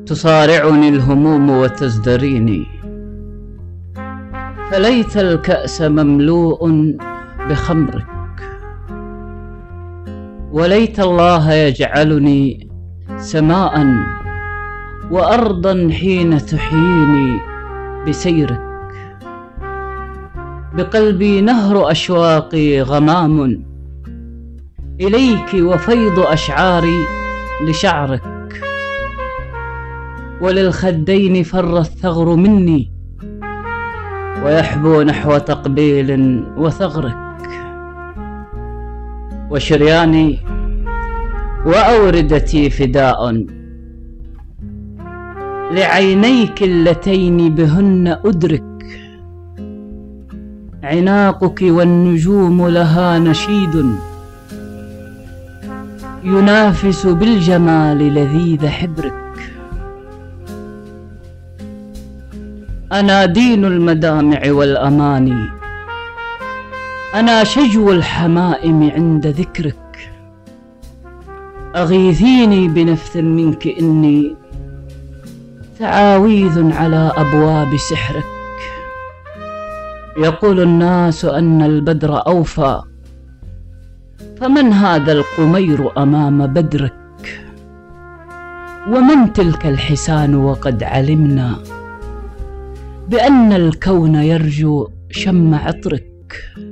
تصارعني الهموم وتزدريني، فليت الكأس مملوء بخمرك، وليت الله يجعلني سماء وأرضا حين تحييني بسيرك. بقلبي نهر أشواقي غمام إليك، وفيض أشعاري لشعرك، وللخدين فر الثغر مني ويحبو نحو تقبيل وثغرك. وشرياني وأوردتي فداء لعينيك اللتين بهن أدرك، عناقك والنجوم لها نشيد ينافس بالجمال لذيذ حبرك. أنا دين المدامع والأماني، أنا شجو الحمائم عند ذكرك، أغيثيني بنفث منك إني تعاويذ على أبواب سحرك. يقول الناس أن البدر أوفى، فمن هذا القمير أمام بدرك؟ ومن تلك الحسان وقد علمنا بأن الكون يرجو شم عطرك.